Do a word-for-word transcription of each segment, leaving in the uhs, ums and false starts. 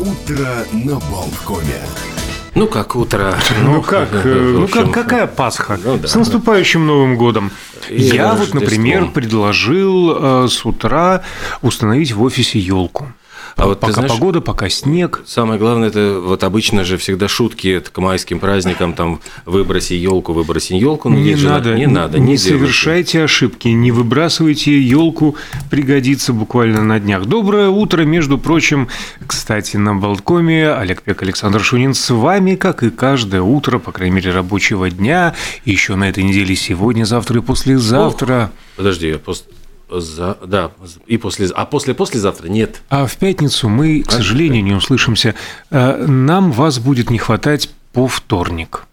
Утро на Болткоме. Ну, как утро. Ну, как, ну как, какая Пасха? Ну, да, с наступающим да. Новым годом. И Я вот, например, предложил э, с утра установить в офисе елку. А вот, пока знаешь, погода, пока снег. Самое главное, это вот обычно же всегда шутки к майским праздникам, там, выброси елку, выброси елку. Но не надо, не, надо, не, не совершайте ошибки, не выбрасывайте елку, пригодится буквально на днях. Доброе утро, между прочим, кстати, на Болткоме Олег Пек, Александр Шунин с вами, как и каждое утро, по крайней мере, рабочего дня, еще на этой неделе сегодня, завтра и послезавтра. Ох, подожди, я просто... За, да, и после, а после-послезавтра нет. А в пятницу мы, к сожалению, не услышимся. Нам вас будет не хватать по вторник.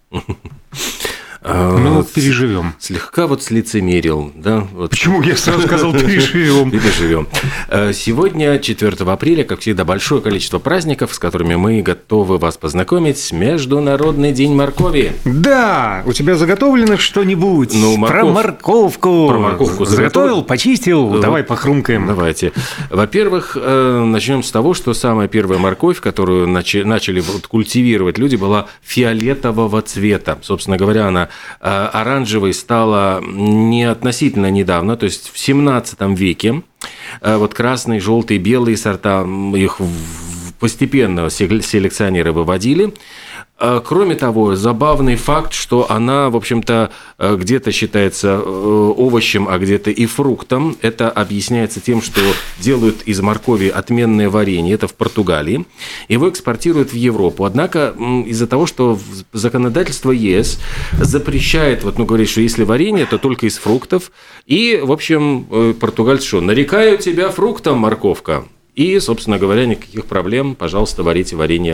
Ну, переживем. Слегка вот слицемерил, да? Вот. Почему я сразу сказал переживем? Переживем. Сегодня, четвёртого апреля, как всегда, большое количество праздников, с которыми мы готовы вас познакомить. Международный день моркови. Да, у тебя заготовлено что-нибудь? Ну, морков... Про морковку. Про морковку заготовил, почистил. Ну, давай похрумкаем. Давайте. Во-первых, начнем с того, что самая первая морковь, которую начали культивировать люди, была фиолетового цвета. Собственно говоря, она оранжевой стала не относительно недавно, то есть в семнадцатом веке. Вот красные, желтые, белые сорта, их постепенно селекционеры выводили. Кроме того, забавный факт, что она, в общем-то, где-то считается овощем, а где-то и фруктом. Это объясняется тем, что делают из моркови отменное варенье, это в Португалии. Его экспортируют в Европу. Однако из-за того, что законодательство ЕС запрещает, вот, ну, говорит, что если варенье, то только из фруктов. И, в общем, португальцы что, нарекаю тебя фруктом, морковка. И, собственно говоря, никаких проблем, пожалуйста, варите варенье.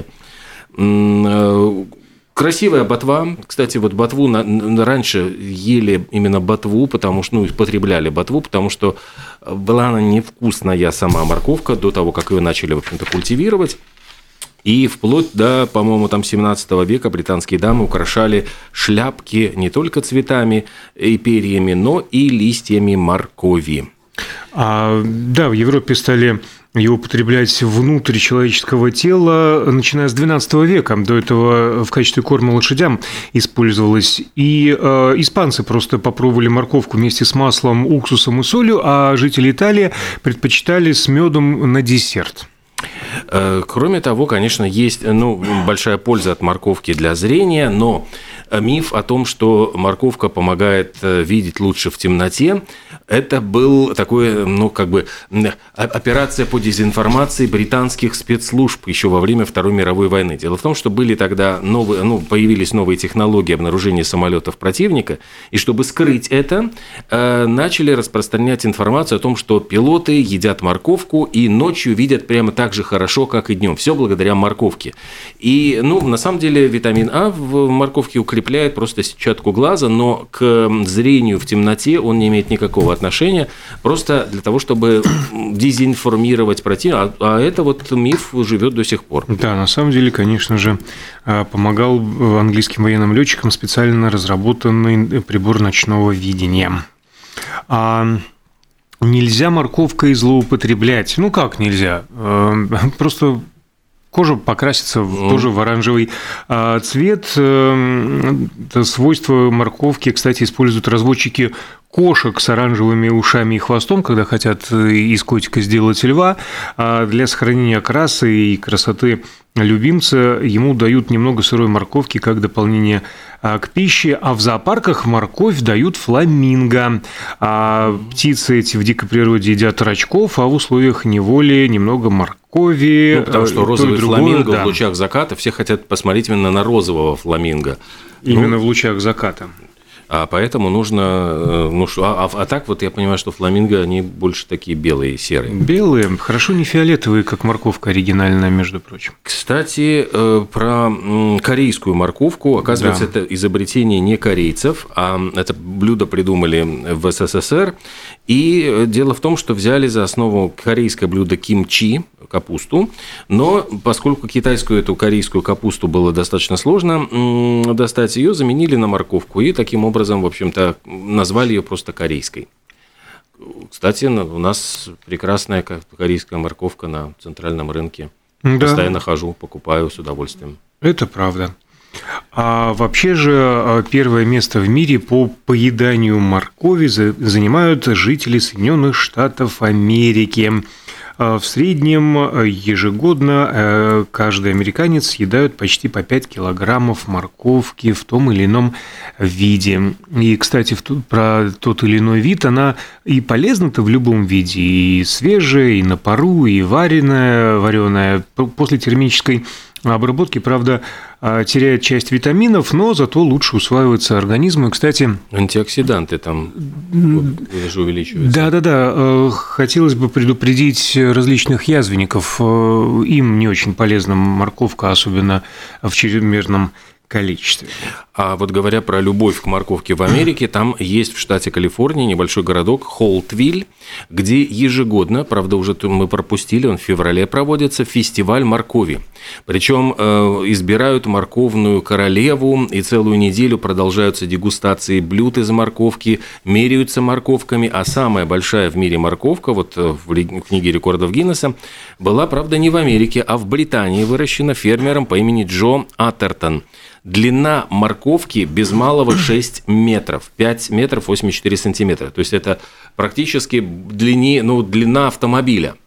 Красивая ботва. Кстати, вот ботву раньше ели именно ботву, потому что, ну, потребляли ботву, потому что была она невкусная сама морковка до того, как ее начали, в общем-то, культивировать. И вплоть до, по-моему, там семнадцатого века британские дамы украшали шляпки не только цветами и перьями, но и листьями моркови. А, да, в Европе стали его употреблять внутрь человеческого тела, начиная с двенадцатого века. До этого в качестве корма лошадям использовалось. И э, испанцы просто попробовали морковку вместе с маслом, уксусом и солью, а жители Италии предпочитали с медом на десерт. Кроме того, конечно, есть, ну, большая польза от морковки для зрения, но миф о том, что морковка помогает видеть лучше в темноте, это был такой, ну, как бы операция по дезинформации британских спецслужб еще во время Второй мировой войны. Дело в том, что были тогда новые, ну, появились новые технологии обнаружения самолетов противника, и чтобы скрыть это, начали распространять информацию о том, что пилоты едят морковку и ночью видят прямо так же хорошо, как и днем. Все благодаря морковке. И, ну, на самом деле, витамин А в морковке укрепляет просто сетчатку глаза, но к зрению в темноте он не имеет никакого отношения, просто для того, чтобы дезинформировать противника. А, а это вот миф живет до сих пор. Да, на самом деле, конечно же, помогал английским военным летчикам специально разработанный прибор ночного видения. А... Нельзя морковкой злоупотреблять. Ну, как нельзя? Просто кожа покрасится mm. тоже в оранжевый цвет. Это свойство морковки, кстати, используют разводчики кошек с оранжевыми ушами и хвостом, когда хотят из котика сделать льва. А для сохранения окраса и красоты любимца ему дают немного сырой морковки как дополнение к пище, а в зоопарках морковь дают фламинго. А птицы эти в дикой природе едят рачков, а в условиях неволи немного моркови. Ну, потому что розовый фламинго, да, в лучах заката, все хотят посмотреть именно на розового фламинго. Именно ну, в лучах заката. А поэтому нужно... Ну, а, а так вот я понимаю, что фламинго, они больше такие белые, серые. Белые, хорошо не фиолетовые, как морковка оригинальная, между прочим. Кстати, про корейскую морковку. Оказывается, да, это изобретение не корейцев, а это блюдо придумали в СССР. И дело в том, что взяли за основу корейское блюдо кимчи, капусту, но поскольку китайскую эту корейскую капусту было достаточно сложно достать, ее заменили на морковку и таким образом, в общем-то, назвали ее просто корейской. Кстати, у нас прекрасная корейская морковка на центральном рынке. Да. Постоянно хожу, покупаю с удовольствием. Это правда. А вообще же первое место в мире по поеданию моркови занимают жители Соединенных Штатов Америки. В среднем ежегодно каждый американец съедает почти по пять килограммов морковки в том или ином виде. И, кстати, про тот или иной вид, она и полезна-то в любом виде, и свежая, и на пару, и вареная, вареная. После термической обработки, правда, теряет часть витаминов, но зато лучше усваивается организму. И, кстати, антиоксиданты там даже увеличиваются. Да-да-да. Хотелось бы предупредить различных язвенников. Им не очень полезна морковка, особенно в чрезмерном количестве. А вот говоря про любовь к морковке в Америке, там есть в штате Калифорния небольшой городок Холтвиль, где ежегодно, правда, уже мы пропустили, он в феврале проводится, фестиваль моркови. Причем э, избирают морковную королеву, и целую неделю продолжаются дегустации блюд из морковки, меряются морковками, а самая большая в мире морковка, вот в книге рекордов Гиннесса, была, правда, не в Америке, а в Британии выращена фермером по имени Джо Атертон. Длина морковки без малого шесть метров, пять метров восемьдесят четыре сантиметра. То есть это практически длини, ну, длина автомобиля.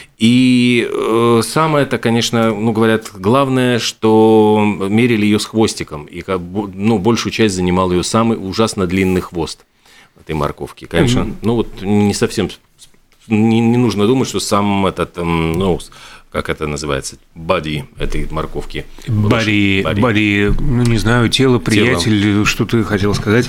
И э, самое это, конечно, ну, говорят, главное, что мерили ее с хвостиком. И ну, большую часть занимал ее самый ужасно длинный хвост этой морковки. Конечно, mm-hmm. ну вот не совсем, не, не нужно думать, что сам этот, ну, как это называется, body этой морковки. Body, body, ну, не знаю, тело, приятель, тело. Что ты хотел сказать.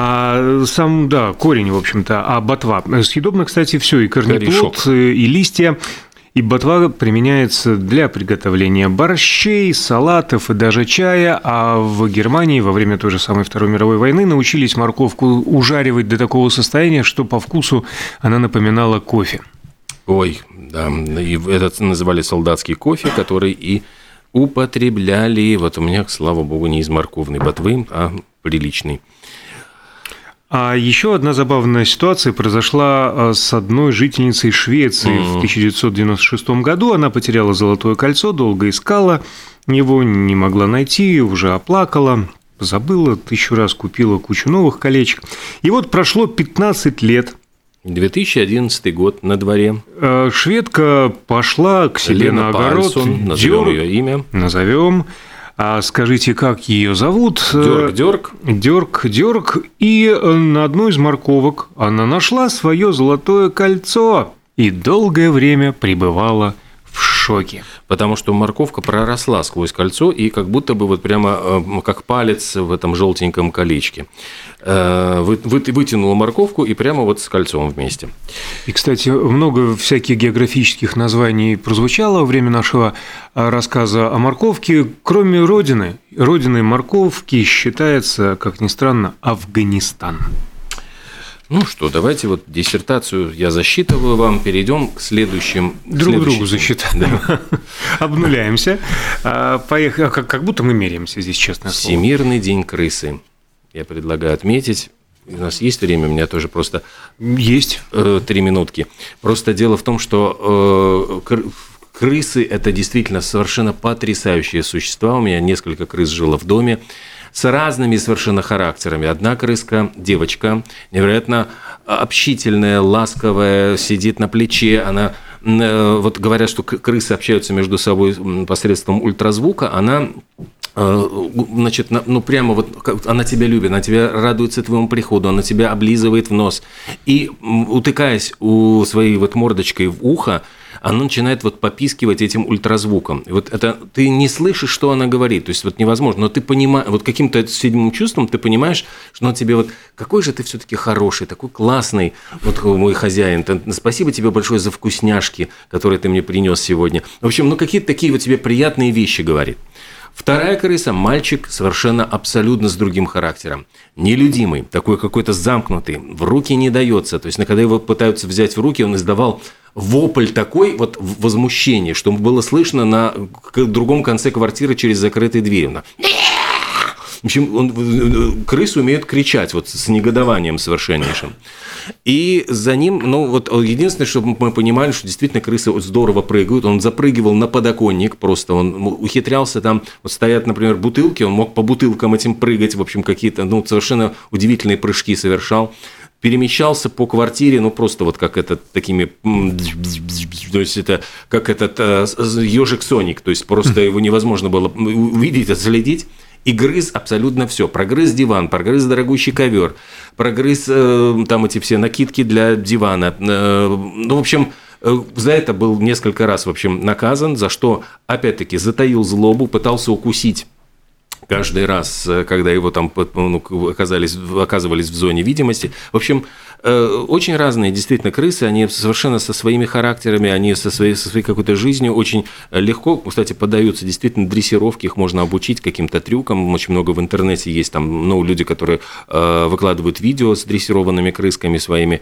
А сам, да, корень, в общем-то, а ботва. Съедобно, кстати, все, и корнеплод, и листья. И ботва применяется для приготовления борщей, салатов и даже чая, а в Германии во время той же самой Второй мировой войны научились морковку ужаривать до такого состояния, что по вкусу она напоминала кофе. Ой, да, и этот называли солдатский кофе, который и употребляли, вот у меня, слава богу, не из морковной ботвы, а приличный. А еще одна забавная ситуация произошла с одной жительницей Швеции mm. в тысяча девятьсот девяносто шестом году. Она потеряла золотое кольцо, долго искала его, не могла найти, уже оплакала, забыла, тысячу раз купила кучу новых колечек. И вот прошло пятнадцать лет. две тысячи одиннадцатый год на дворе. Шведка пошла к себе Лена на огород. Пальсон, назовем Дёр... ее имя. Назовем. А скажите, как ее зовут? Дёрк, Дёрк. Дёрк, Дёрк. И на одной из морковок она нашла свое золотое кольцо и долгое время пребывала в шоке. Потому что морковка проросла сквозь кольцо и как будто бы вот прямо как палец в этом желтеньком колечке. Вытянула морковку и прямо вот с кольцом вместе. И, кстати, много всяких географических названий прозвучало во время нашего рассказа о морковке. Кроме родины, родиной морковки считается, как ни странно, Афганистан. Ну что, давайте вот диссертацию я засчитываю вам, перейдем к следующим. Друг следующим. Другу засчитаем. Да. Обнуляемся. Поехали. Как будто мы меряемся здесь, честное слово. Всемирный день крысы. Я предлагаю отметить. У нас есть время, у меня тоже просто... Есть. Три минутки. Просто дело в том, что крысы – это действительно совершенно потрясающие существа. У меня несколько крыс жило в доме. С разными совершенно характерами. Одна крыска, девочка, невероятно общительная, ласковая, сидит на плече. Она, вот говорят, что крысы общаются между собой посредством ультразвука. Она, значит, ну прямо вот она тебя любит, она тебя радуется твоему приходу, она тебя облизывает в нос. И, утыкаясь у своей вот мордочкой в ухо, она начинает вот попискивать этим ультразвуком. И вот это ты не слышишь, что она говорит, то есть вот невозможно, но ты понимаешь, вот каким-то седьмым чувством ты понимаешь, что она тебе вот, какой же ты все-таки хороший, такой классный, вот мой хозяин, спасибо тебе большое за вкусняшки, которые ты мне принес сегодня. В общем, ну какие-то такие вот тебе приятные вещи говорит. Вторая крыса – мальчик совершенно абсолютно с другим характером. Нелюдимый, такой какой-то замкнутый, в руки не дается. То есть, когда его пытаются взять в руки, он издавал вопль такой вот возмущение, что было слышно на другом конце квартиры через закрытые двери. В общем, он, крысы умеют кричать вот с негодованием совершеннейшим. И за ним, ну, вот единственное, чтобы мы понимали, что действительно крысы здорово прыгают. Он запрыгивал на подоконник просто, он ухитрялся там, вот стоят, например, бутылки, он мог по бутылкам этим прыгать, в общем, какие-то, ну, совершенно удивительные прыжки совершал. Перемещался по квартире, ну, просто вот как это такими, то есть это как этот ежик Соник, то есть просто его невозможно было увидеть, отследить. И грыз абсолютно все. Прогрыз диван, прогрыз дорогущий ковер, прогрыз э, там эти все накидки для дивана. Э, ну, в общем, э, за это был несколько раз, в общем, наказан, за что, опять-таки, затаил злобу, пытался укусить каждый раз, когда его там ну, оказались, оказывались в зоне видимости. В общем, очень разные действительно крысы, они совершенно со своими характерами, они со своей, со своей какой-то жизнью очень легко, кстати, поддаются действительно дрессировке, их можно обучить каким-то трюкам, очень много в интернете есть там, ну, люди, которые выкладывают видео с дрессированными крысками своими,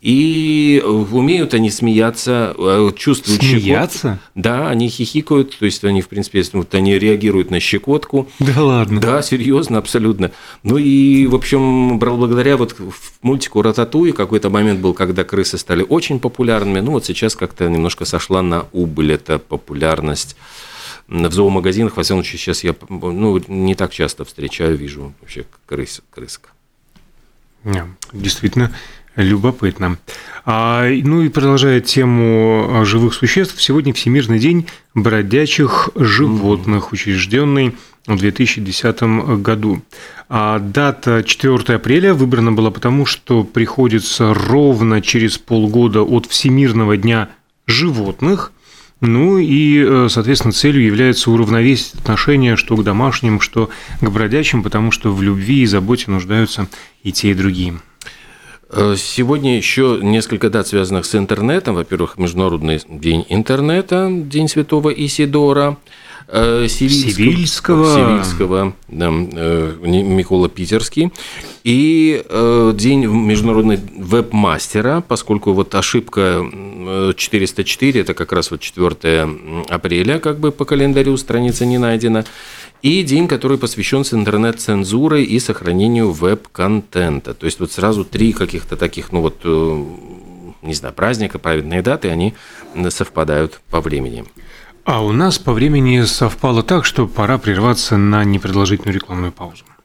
и умеют они смеяться, чувствуют смеяться? Щекотку. Да, они хихикают, то есть они, в принципе, вот они реагируют на щекотку. Да ладно? Да, серьезно, абсолютно. Ну и, в общем, благодаря вот мультику «Рататуй» какой-то момент был, когда крысы стали очень популярными, ну вот сейчас как-то немножко сошла на убыль эта популярность. В зоомагазинах, во всяком случае, сейчас я ну, не так часто встречаю, вижу вообще крыс, крысок. Действительно любопытно. А, ну и продолжая тему живых существ, сегодня Всемирный день бродячих животных, учрежденный в две тысячи десятом году. А дата четвёртого апреля выбрана была потому, что приходится ровно через полгода от Всемирного дня животных. Ну и, соответственно, целью является уравновесить отношения что к домашним, что к бродячим, потому что в любви и заботе нуждаются и те, и другие. Сегодня еще несколько дат, связанных с интернетом. Во-первых, Международный день интернета, День Святого Исидора, Сивильского, Сивильского. Сивильского да, Микола Питерский, и День Международного веб-мастера, поскольку вот ошибка четыреста четыре, это как раз вот четвёртого апреля, как бы по календарю страница не найдена, и день, который посвящен интернет-цензуре и сохранению веб-контента. То есть вот сразу три каких-то таких, ну вот, не знаю, праздника, праведные даты, они совпадают по времени. А у нас по времени совпало так, что пора прерваться на непродолжительную рекламную паузу.